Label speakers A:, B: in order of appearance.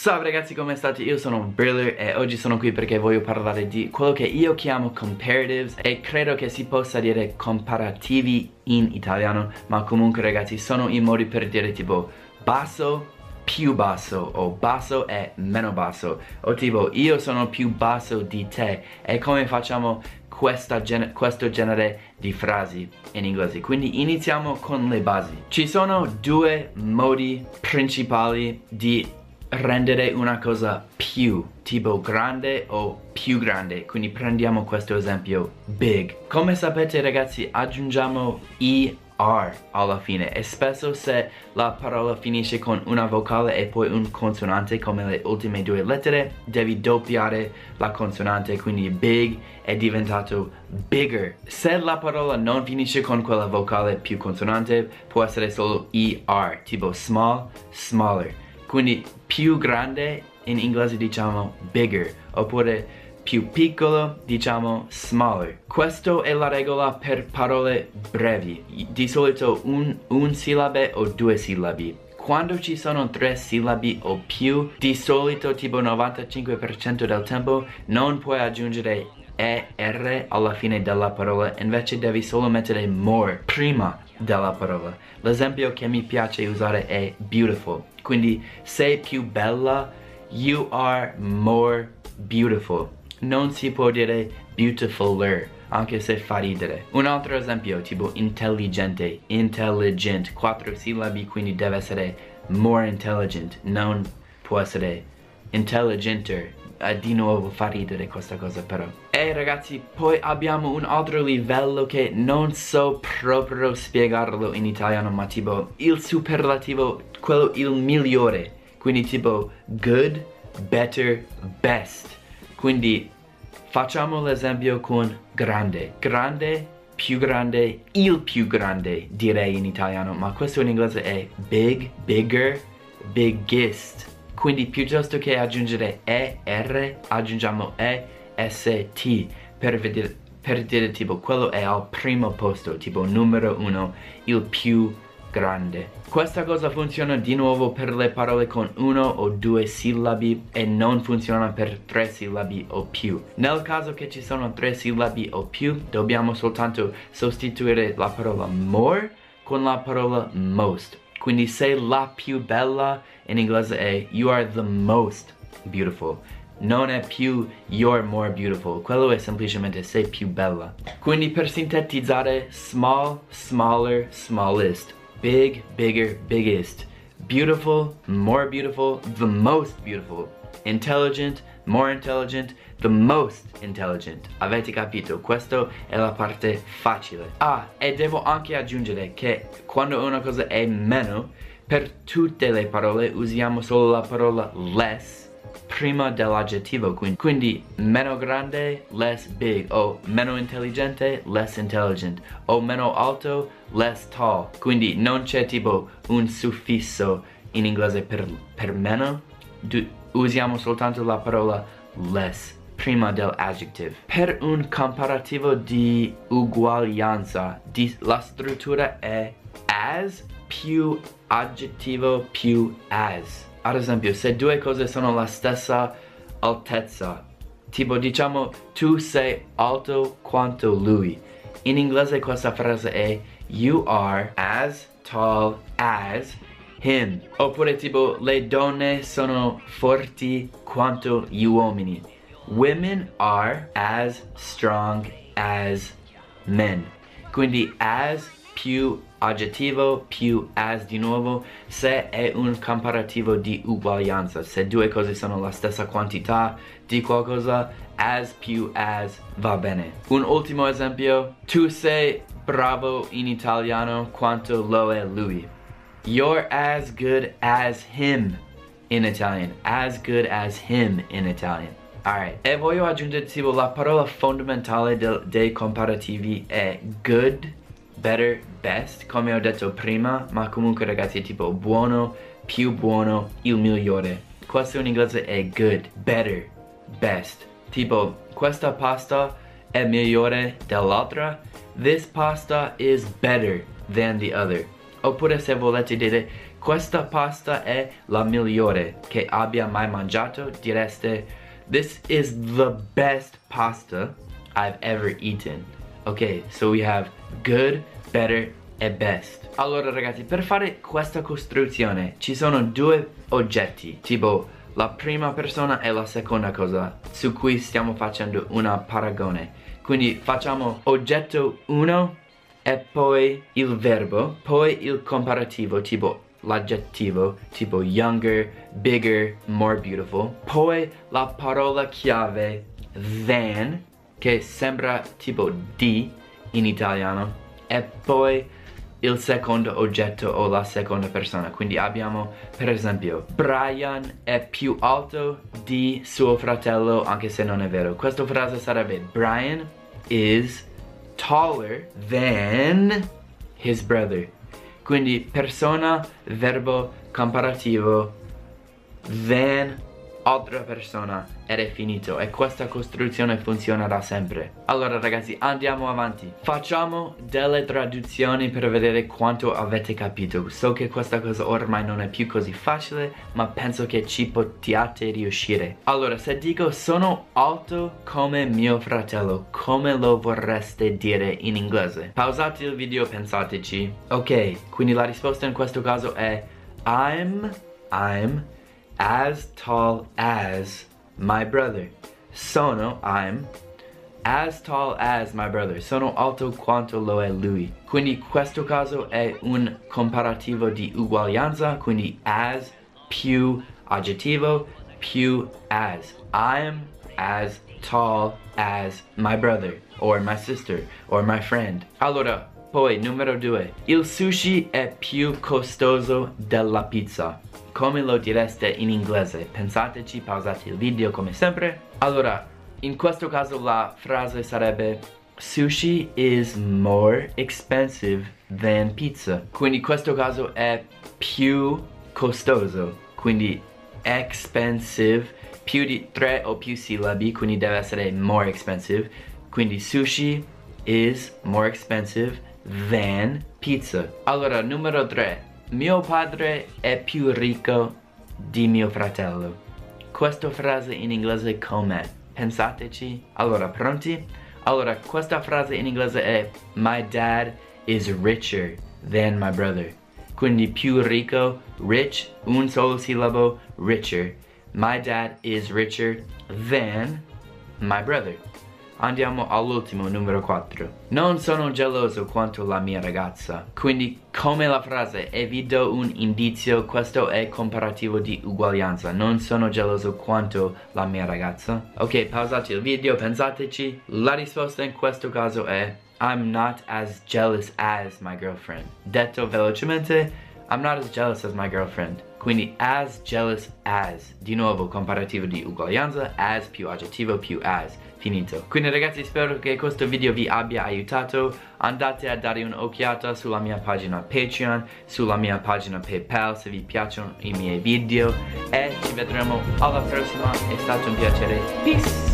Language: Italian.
A: Ciao ragazzi, come state? Io sono Briller e oggi sono qui perché voglio parlare di quello che io chiamo comparatives e credo che si possa dire comparativi in italiano, ma comunque ragazzi sono i modi per dire tipo basso, più basso o basso e meno basso, o tipo io sono più basso di te, e come facciamo questo genere di frasi in inglese. Quindi iniziamo con le basi. Ci sono due modi principali di rendere una cosa più, tipo grande o più grande. Quindi prendiamo questo esempio, big. Come sapete ragazzi, aggiungiamo ER alla fine, e spesso se la parola finisce con una vocale e poi un consonante come le ultime due lettere, devi doppiare la consonante, quindi big è diventato bigger. Se la parola non finisce con quella vocale più consonante, può essere solo ER, tipo small, smaller. Quindi più grande in inglese diciamo bigger, oppure più piccolo diciamo smaller. Questa è la regola per parole brevi, di solito un sillabe o due sillabi. Quando ci sono tre sillabi o più, di solito tipo 95% del tempo non puoi aggiungere ER alla fine della parola, invece devi solo mettere more prima della parola. L'esempio che mi piace usare è beautiful. Quindi sei più bella, you are more beautiful. Non si può dire beautifuler, anche se fa ridere. Un altro esempio, tipo intelligente, intelligent, 4 sillabi, quindi deve essere more intelligent, non può essere intelligenter. Di nuovo fa ridere questa cosa però. E ragazzi, poi abbiamo un altro livello che non so proprio spiegarlo in italiano, ma tipo il superlativo, quello il migliore. Quindi tipo good, better, best. Quindi facciamo l'esempio con grande. Grande, più grande, il più grande direi in italiano, ma questo in inglese è big, bigger, biggest. Quindi piuttosto che aggiungere ER, aggiungiamo EST per dire tipo quello è al primo posto, tipo numero 1, il più grande. Questa cosa funziona di nuovo per le parole con uno o due sillabi e non funziona per 3 sillabi o più. Nel caso che ci sono 3 sillabi o più, dobbiamo soltanto sostituire la parola more con la parola most. Quindi se la più bella in inglese è you are the most beautiful, non è più you're more beautiful, quello è semplicemente sei più bella. Quindi per sintetizzare, small, smaller, smallest, big, bigger, biggest, beautiful, more beautiful, the most beautiful, intelligent, more intelligent, the most intelligent. Avete capito? Questa è la parte facile. E devo anche aggiungere che quando una cosa è meno, per tutte le parole usiamo solo la parola less prima dell'aggettivo. Quindi meno grande, less big, o meno intelligente, less intelligent, o meno alto, less tall. Quindi non c'è tipo un suffisso in inglese per meno, usiamo soltanto la parola less prima dell'adjective. Per un comparativo di uguaglianza, la struttura è as più aggettivo più as. Ad esempio, se due cose sono la stessa altezza, tipo diciamo tu sei alto quanto lui, in inglese questa frase è you are as tall as him. Oppure tipo le donne sono forti quanto gli uomini, women are as strong as men. Quindi as più aggettivo più as di nuovo se è un comparativo di uguaglianza. Se due cose sono la stessa quantità di qualcosa, as più as va bene. Un ultimo esempio, tu sei bravo in italiano quanto lo è lui. You're as good as him in Italian. As good as him in Italian. Alright, e voglio aggiungere tipo la parola fondamentale dei comparativi è good, better, best, come ho detto prima, ma comunque ragazzi è tipo buono, più buono, il migliore. Questo in inglese è good, better, best. Tipo, questa pasta è migliore dell'altra. This pasta is better than the other. Oppure se volete dire questa pasta è la migliore che abbia mai mangiato, direste this is the best pasta I've ever eaten. Ok, so we have good, better e best. Allora ragazzi, per fare questa costruzione ci sono due oggetti, tipo la prima persona e la seconda cosa su cui stiamo facendo una paragone. Quindi facciamo oggetto 1 e poi il verbo, poi il comparativo, tipo l'aggettivo, tipo younger, bigger, more beautiful. Poi la parola chiave than, che sembra tipo di in italiano. E poi il secondo oggetto o la seconda persona. Quindi abbiamo per esempio Brian è più alto di suo fratello, anche se non è vero. Questa frase sarebbe Brian is taller than his brother. Quindi persona, verbo, comparativo, than altra persona ed è finito. E questa costruzione funzionerà sempre. Allora ragazzi, andiamo avanti. Facciamo delle traduzioni per vedere quanto avete capito. So che questa cosa ormai non è più così facile, ma penso che ci possiate riuscire. Allora, se dico sono alto come mio fratello, come lo vorreste dire in inglese? Pausate il video, pensateci. Ok, quindi la risposta in questo caso è I'm as tall as my brother. I'm as tall as my brother. Sono alto quanto lo è lui. Quindi questo caso è un comparativo di uguaglianza. Quindi as più aggettivo più as. I'm as tall as my brother or my sister or my friend. Allora, poi numero 2. Il sushi è più costoso della pizza. Come lo direste in inglese? Pensateci, pausate il video come sempre. Allora, in questo caso la frase sarebbe sushi is more expensive than pizza. Quindi in questo caso è più costoso. Quindi expensive, più di 3 o più sillabi, quindi deve essere more expensive. Quindi sushi is more expensive than pizza. Allora, numero 3. Mio padre è più ricco di mio fratello. Questa frase in inglese com'è? Pensateci. Allora, pronti? Allora, questa frase in inglese è my dad is richer than my brother. Quindi più ricco, rich, un solo sillabo, richer. My dad is richer than my brother. Andiamo all'ultimo, numero 4. Non sono geloso quanto la mia ragazza. Quindi come la frase e vi do un indizio, questo è comparativo di uguaglianza. Non sono geloso quanto la mia ragazza. Ok, pausate il video, pensateci. La risposta in questo caso è I'm not as jealous as my girlfriend. Detto velocemente, I'm not as jealous as my girlfriend. Quindi as jealous as. Di nuovo comparativo di uguaglianza, as più aggettivo più as. Finito. Quindi ragazzi, spero che questo video vi abbia aiutato. Andate a dare un'occhiata sulla mia pagina Patreon, sulla mia pagina PayPal se vi piacciono i miei video. E ci vedremo alla prossima, è stato un piacere. Peace!